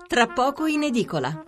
Tra poco in edicola.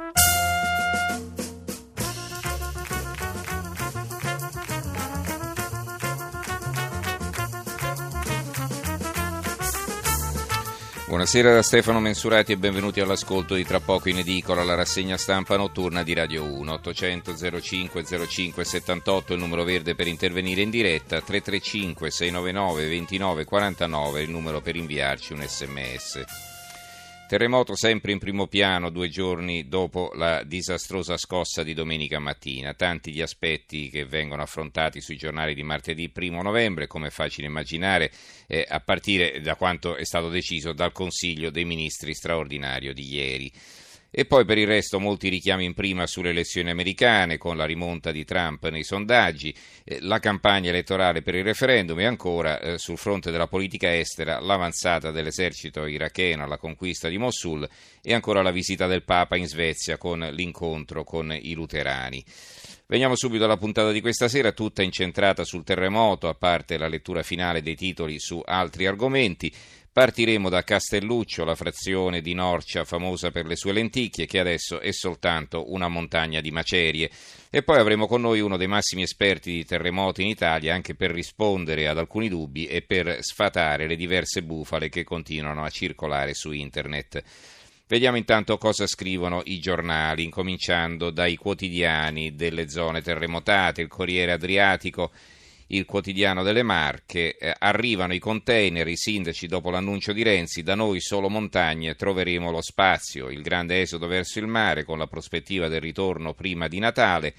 Buonasera da Stefano Mensurati e benvenuti all'ascolto di Tra poco in edicola, la rassegna stampa notturna di Radio 1. 800 05 05 78 il numero verde per intervenire in diretta, 335 699 29 49 il numero per inviarci un sms. Terremoto sempre in primo piano 2 giorni dopo la disastrosa scossa di domenica mattina. Tanti gli aspetti che vengono affrontati sui giornali di martedì 1 novembre, come è facile immaginare, a partire da quanto è stato deciso dal Consiglio dei Ministri straordinario di ieri. E poi per il resto molti richiami in prima sulle elezioni americane con la rimonta di Trump nei sondaggi, la campagna elettorale per il referendum e ancora sul fronte della politica estera l'avanzata dell'esercito iracheno alla conquista di Mosul e ancora la visita del Papa in Svezia con l'incontro con i luterani. Veniamo subito alla puntata di questa sera, tutta incentrata sul terremoto, a parte la lettura finale dei titoli su altri argomenti. Partiremo da Castelluccio, la frazione di Norcia famosa per le sue lenticchie, che adesso è soltanto una montagna di macerie. E poi avremo con noi uno dei massimi esperti di terremoti in Italia, anche per rispondere ad alcuni dubbi e per sfatare le diverse bufale che continuano a circolare su internet. Vediamo intanto cosa scrivono i giornali, incominciando dai quotidiani delle zone terremotate, il Corriere Adriatico, il Quotidiano delle Marche. Arrivano i container, i sindaci dopo l'annuncio di Renzi, da noi solo montagne, troveremo lo spazio, il grande esodo verso il mare con la prospettiva del ritorno prima di Natale.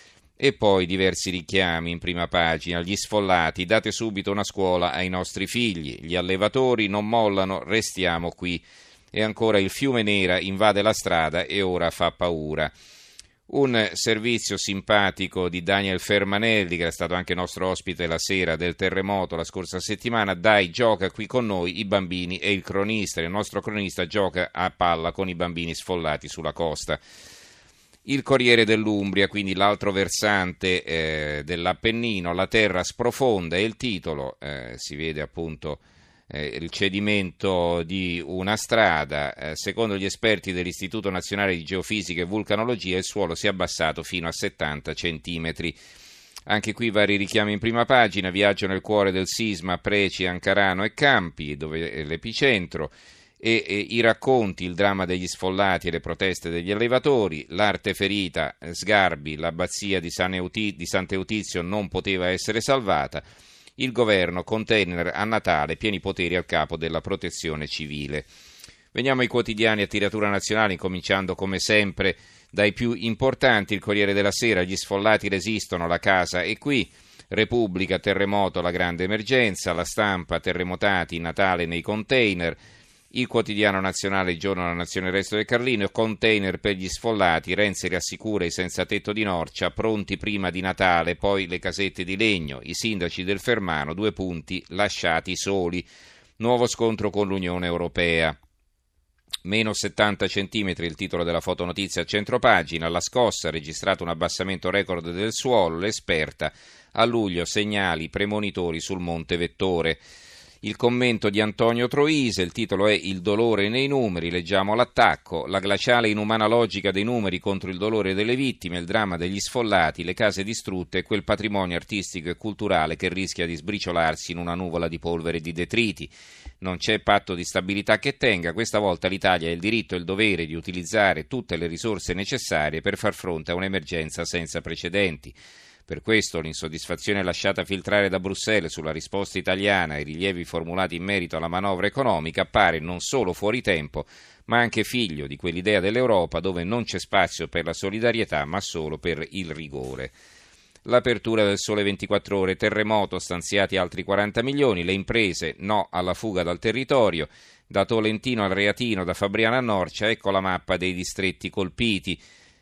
E poi diversi richiami in prima pagina, gli sfollati, date subito una scuola ai nostri figli, gli allevatori non mollano, restiamo qui. E ancora il fiume Nera invade la strada e ora fa paura. Un servizio simpatico di Daniel Fermanelli, che era stato anche nostro ospite la sera del terremoto la scorsa settimana. Dai, gioca qui con noi i bambini e il cronista. Il nostro cronista gioca a palla con i bambini sfollati sulla costa. Il Corriere dell'Umbria, quindi l'altro versante dell'Appennino, la terra sprofonda è il titolo, si vede appunto il cedimento di una strada. Secondo gli esperti dell'Istituto Nazionale di Geofisica e Vulcanologia il suolo si è abbassato fino a 70 centimetri. Anche qui vari richiami in prima pagina, viaggio nel cuore del sisma, Preci, Ancarano e Campi, dove è l'epicentro, e i racconti, il dramma degli sfollati e le proteste degli allevatori, l'arte ferita, Sgarbi, l'abbazia di Sant'Eutizio non poteva essere salvata. Il governo, container a Natale, pieni poteri al capo della protezione civile. Veniamo ai quotidiani a tiratura nazionale, incominciando come sempre dai più importanti. Il Corriere della Sera, gli sfollati resistono, la casa è qui. Repubblica, terremoto, la grande emergenza. La Stampa, terremotati, Natale nei container. Il Quotidiano Nazionale, il giorno della Nazione, il resto del Carlino, container per gli sfollati, Renzi rassicura i senza tetto di Norcia, pronti prima di Natale, poi le casette di legno, i sindaci del Fermano, 2 punti, lasciati soli, nuovo scontro con l'Unione Europea. Meno 70 centimetri, il titolo della fotonotizia a centropagina, la scossa ha registrato un abbassamento record del suolo, l'esperta, a luglio segnali premonitori sul Monte Vettore. Il commento di Antonio Troise, il titolo è Il dolore nei numeri, leggiamo l'attacco, la glaciale inumana logica dei numeri contro il dolore delle vittime, il dramma degli sfollati, le case distrutte e quel patrimonio artistico e culturale che rischia di sbriciolarsi in una nuvola di polvere e di detriti. Non c'è patto di stabilità che tenga, questa volta l'Italia ha il diritto e il dovere di utilizzare tutte le risorse necessarie per far fronte a un'emergenza senza precedenti. Per questo l'insoddisfazione lasciata filtrare da Bruxelles sulla risposta italiana e i rilievi formulati in merito alla manovra economica appare non solo fuori tempo, ma anche figlio di quell'idea dell'Europa dove non c'è spazio per la solidarietà, ma solo per il rigore. L'apertura del Sole 24 Ore, terremoto, stanziati altri 40 milioni, le imprese no alla fuga dal territorio, da Tolentino al Reatino, da Fabriano a Norcia, ecco la mappa dei distretti colpiti.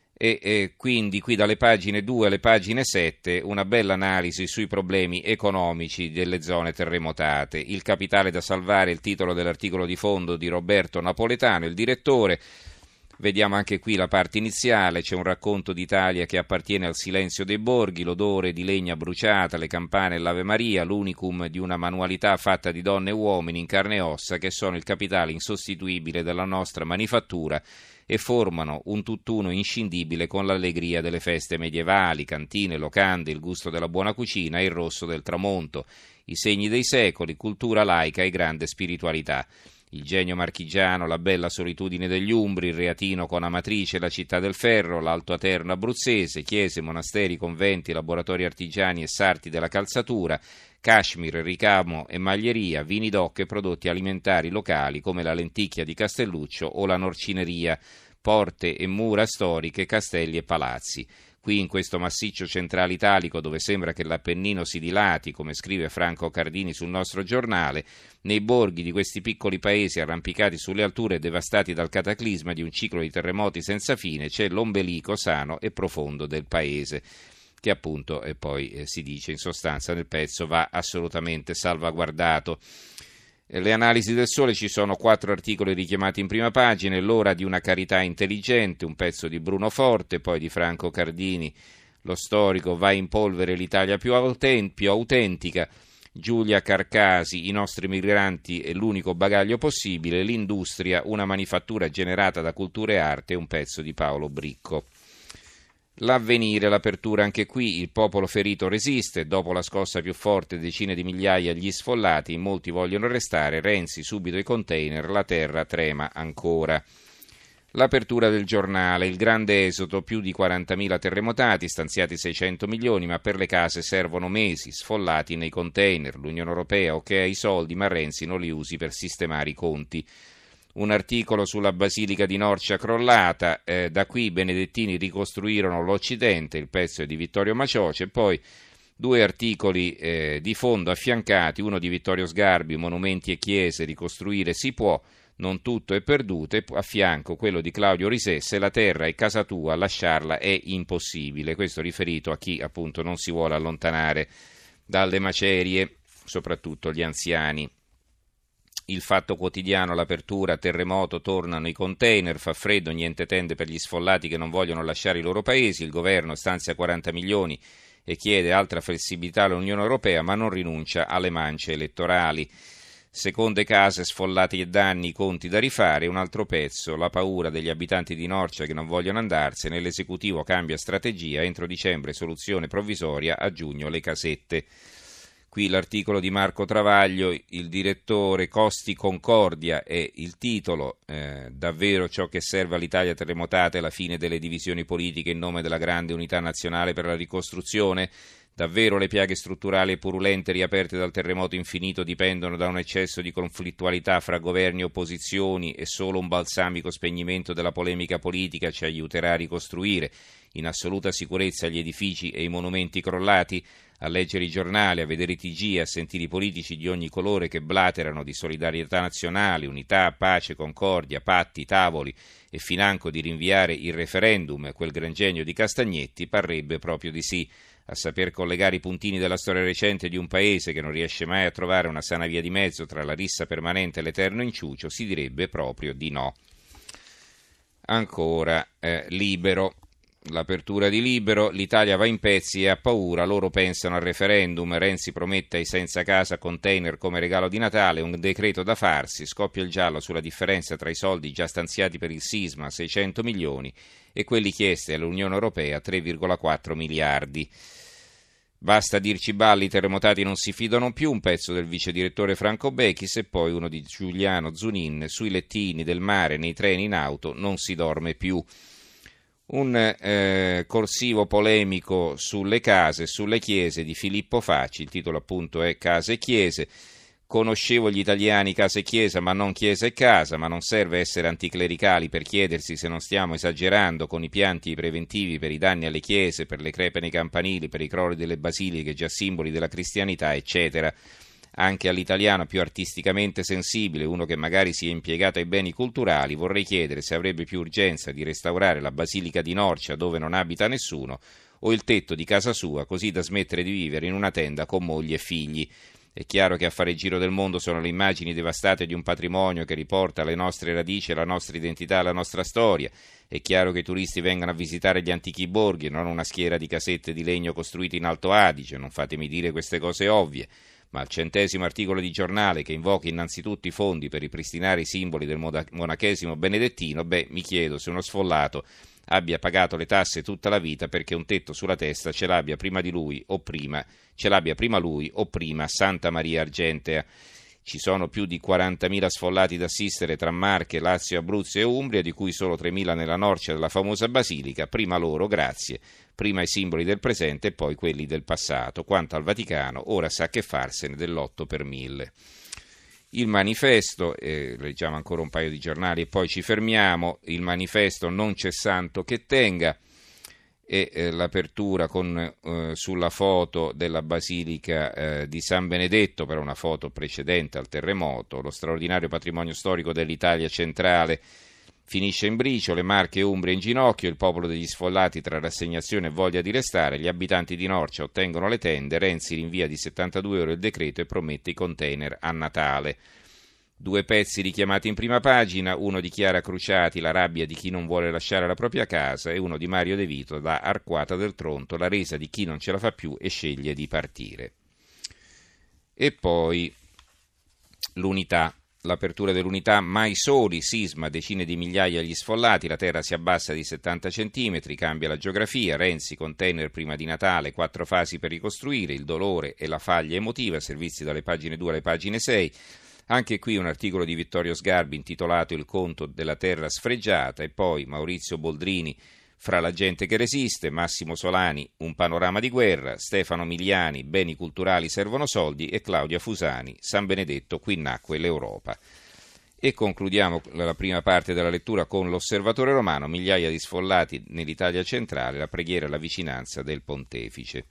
E quindi qui dalle pagine 2 alle pagine 7 una bella analisi sui problemi economici delle zone terremotate. Il capitale da salvare, il titolo dell'articolo di fondo di Roberto Napoletano, il direttore. Vediamo anche qui la parte iniziale, c'è un racconto d'Italia che appartiene al silenzio dei borghi, l'odore di legna bruciata, le campane e l'Ave Maria, l'unicum di una manualità fatta di donne e uomini in carne e ossa che sono il capitale insostituibile della nostra manifattura e formano un tutt'uno inscindibile con l'allegria delle feste medievali, cantine, locande, il gusto della buona cucina e il rosso del tramonto, i segni dei secoli, cultura laica e grande spiritualità. Il genio marchigiano, la bella solitudine degli Umbri, il Reatino con Amatrice, la città del ferro, l'Alto Aterno abruzzese, chiese, monasteri, conventi, laboratori artigiani e sarti della calzatura, cashmere, ricamo e maglieria, vini d'oc e prodotti alimentari locali come la lenticchia di Castelluccio o la norcineria, porte e mura storiche, castelli e palazzi. Qui in questo massiccio centrale italico dove sembra che l'Appennino si dilati, come scrive Franco Cardini sul nostro giornale, nei borghi di questi piccoli paesi arrampicati sulle alture e devastati dal cataclisma di un ciclo di terremoti senza fine, c'è l'ombelico sano e profondo del paese, che appunto, e poi si dice in sostanza nel pezzo, va assolutamente salvaguardato. Le analisi del Sole, ci sono 4 articoli richiamati in prima pagina, l'ora di una carità intelligente, un pezzo di Bruno Forte, poi di Franco Cardini, lo storico, va in polvere l'Italia più autentica, Giulia Carcasi, i nostri migranti è l'unico bagaglio possibile, l'industria, una manifattura generata da cultura e arte, un pezzo di Paolo Bricco. L'Avvenire, l'apertura anche qui, il popolo ferito resiste, dopo la scossa più forte decine di migliaia gli sfollati, molti vogliono restare, Renzi subito i container, la terra trema ancora. L'apertura del Giornale, il grande esodo, più di 40.000 terremotati, stanziati 600 milioni, ma per le case servono mesi, sfollati nei container, l'Unione Europea ok i soldi, ma Renzi non li usi per sistemare i conti. Un articolo sulla Basilica di Norcia crollata, da qui i benedettini ricostruirono l'Occidente, il pezzo è di Vittorio Macioce, e poi 2 articoli di fondo affiancati, uno di Vittorio Sgarbi, monumenti e chiese, ricostruire si può, non tutto è perduto, e a fianco quello di Claudio Risè, se la terra è casa tua, lasciarla è impossibile, questo riferito a chi appunto non si vuole allontanare dalle macerie, soprattutto gli anziani. Il Fatto Quotidiano, l'apertura, terremoto, tornano i container, fa freddo, niente tende per gli sfollati che non vogliono lasciare i loro paesi, il governo stanzia 40 milioni e chiede altra flessibilità all'Unione Europea ma non rinuncia alle mance elettorali. Seconde case, sfollati e danni, i conti da rifare, un altro pezzo, la paura degli abitanti di Norcia che non vogliono andarsene, l'esecutivo cambia strategia, entro dicembre soluzione provvisoria, a giugno le casette. Qui l'articolo di Marco Travaglio, il direttore, costi Concordia è il titolo, davvero ciò che serve all'Italia terremotata è la fine delle divisioni politiche in nome della grande unità nazionale per la ricostruzione? Davvero le piaghe strutturali e purulente riaperte dal terremoto infinito dipendono da un eccesso di conflittualità fra governi e opposizioni e solo un balsamico spegnimento della polemica politica ci aiuterà a ricostruire in assoluta sicurezza gli edifici e i monumenti crollati? A leggere i giornali, a vedere i TG, a sentire i politici di ogni colore che blaterano di solidarietà nazionale, unità, pace, concordia, patti, tavoli e financo di rinviare il referendum, quel gran genio di Castagnetti, parrebbe proprio di sì. A saper collegare i puntini della storia recente di un paese che non riesce mai a trovare una sana via di mezzo tra la rissa permanente e l'eterno inciucio, si direbbe proprio di no. Ancora, Libero. L'apertura di Libero, l'Italia va in pezzi e ha paura, loro pensano al referendum, Renzi promette ai senza casa container come regalo di Natale, un decreto da farsi, scoppia il giallo sulla differenza tra i soldi già stanziati per il sisma, 600 milioni, e quelli chiesti all'Unione Europea, 3,4 miliardi. Basta dirci balli, i terremotati non si fidano più, un pezzo del vice direttore Franco Bechis e poi uno di Giuliano Zunin, sui lettini del mare, nei treni, in auto, non si dorme più. Un corsivo polemico sulle case, sulle chiese di Filippo Facci, il titolo appunto è Case e Chiese. Conoscevo gli italiani casa e chiesa, ma non chiesa e casa, ma non serve essere anticlericali per chiedersi se non stiamo esagerando con i pianti preventivi per i danni alle chiese, per le crepe nei campanili, per i crolli delle basiliche, già simboli della cristianità, eccetera. Anche all'italiano più artisticamente sensibile, uno che magari si è impiegato ai beni culturali, vorrei chiedere se avrebbe più urgenza di restaurare la Basilica di Norcia dove non abita nessuno o il tetto di casa sua, così da smettere di vivere in una tenda con moglie e figli. È chiaro che a fare il giro del mondo sono le immagini devastate di un patrimonio che riporta le nostre radici, la nostra identità, la nostra storia. È chiaro che i turisti vengano a visitare gli antichi borghi e non una schiera di casette di legno costruite in Alto Adige, non fatemi dire queste cose ovvie. Ma al 100° articolo di giornale che invoca innanzitutto i fondi per ripristinare i simboli del monachesimo benedettino, mi chiedo se uno sfollato abbia pagato le tasse tutta la vita perché un tetto sulla testa ce l'abbia prima lui o prima Santa Maria Argentea. Ci sono più di 40.000 sfollati da assistere tra Marche, Lazio, Abruzzo e Umbria, di cui solo 3.000 nella Norcia della famosa Basilica. Prima loro, grazie. Prima i simboli del presente e poi quelli del passato. Quanto al Vaticano, ora sa che farsene dell'8 per 1000. Il manifesto, leggiamo ancora un paio di giornali e poi ci fermiamo. Il manifesto non c'è santo che tenga. E l'apertura sulla foto della Basilica di San Benedetto, però una foto precedente al terremoto. Lo straordinario patrimonio storico dell'Italia centrale finisce in briciole, Marche e Umbria in ginocchio, il popolo degli sfollati tra rassegnazione e voglia di restare, gli abitanti di Norcia ottengono le tende, Renzi rinvia di 72 ore il decreto e promette i container a Natale. 2 pezzi richiamati in prima pagina, uno di Chiara Cruciati, la rabbia di chi non vuole lasciare la propria casa, e uno di Mario De Vito, da Arquata del Tronto, la resa di chi non ce la fa più e sceglie di partire. E poi l'Unità, l'apertura dell'Unità, mai soli, sisma, decine di migliaia gli sfollati, la terra si abbassa di 70 centimetri, cambia la geografia, Renzi, container prima di Natale, 4 fasi per ricostruire, il dolore e la faglia emotiva, servizi dalle pagine 2 alle pagine 6. Anche qui un articolo di Vittorio Sgarbi intitolato Il conto della terra sfregiata, e poi Maurizio Boldrini, Fra la gente che resiste, Massimo Solani, Un panorama di guerra, Stefano Miliani, Beni culturali servono soldi, e Claudia Fusani, San Benedetto, qui nacque l'Europa. E concludiamo la prima parte della lettura con l'Osservatore Romano, migliaia di sfollati nell'Italia centrale, la preghiera e la vicinanza del Pontefice.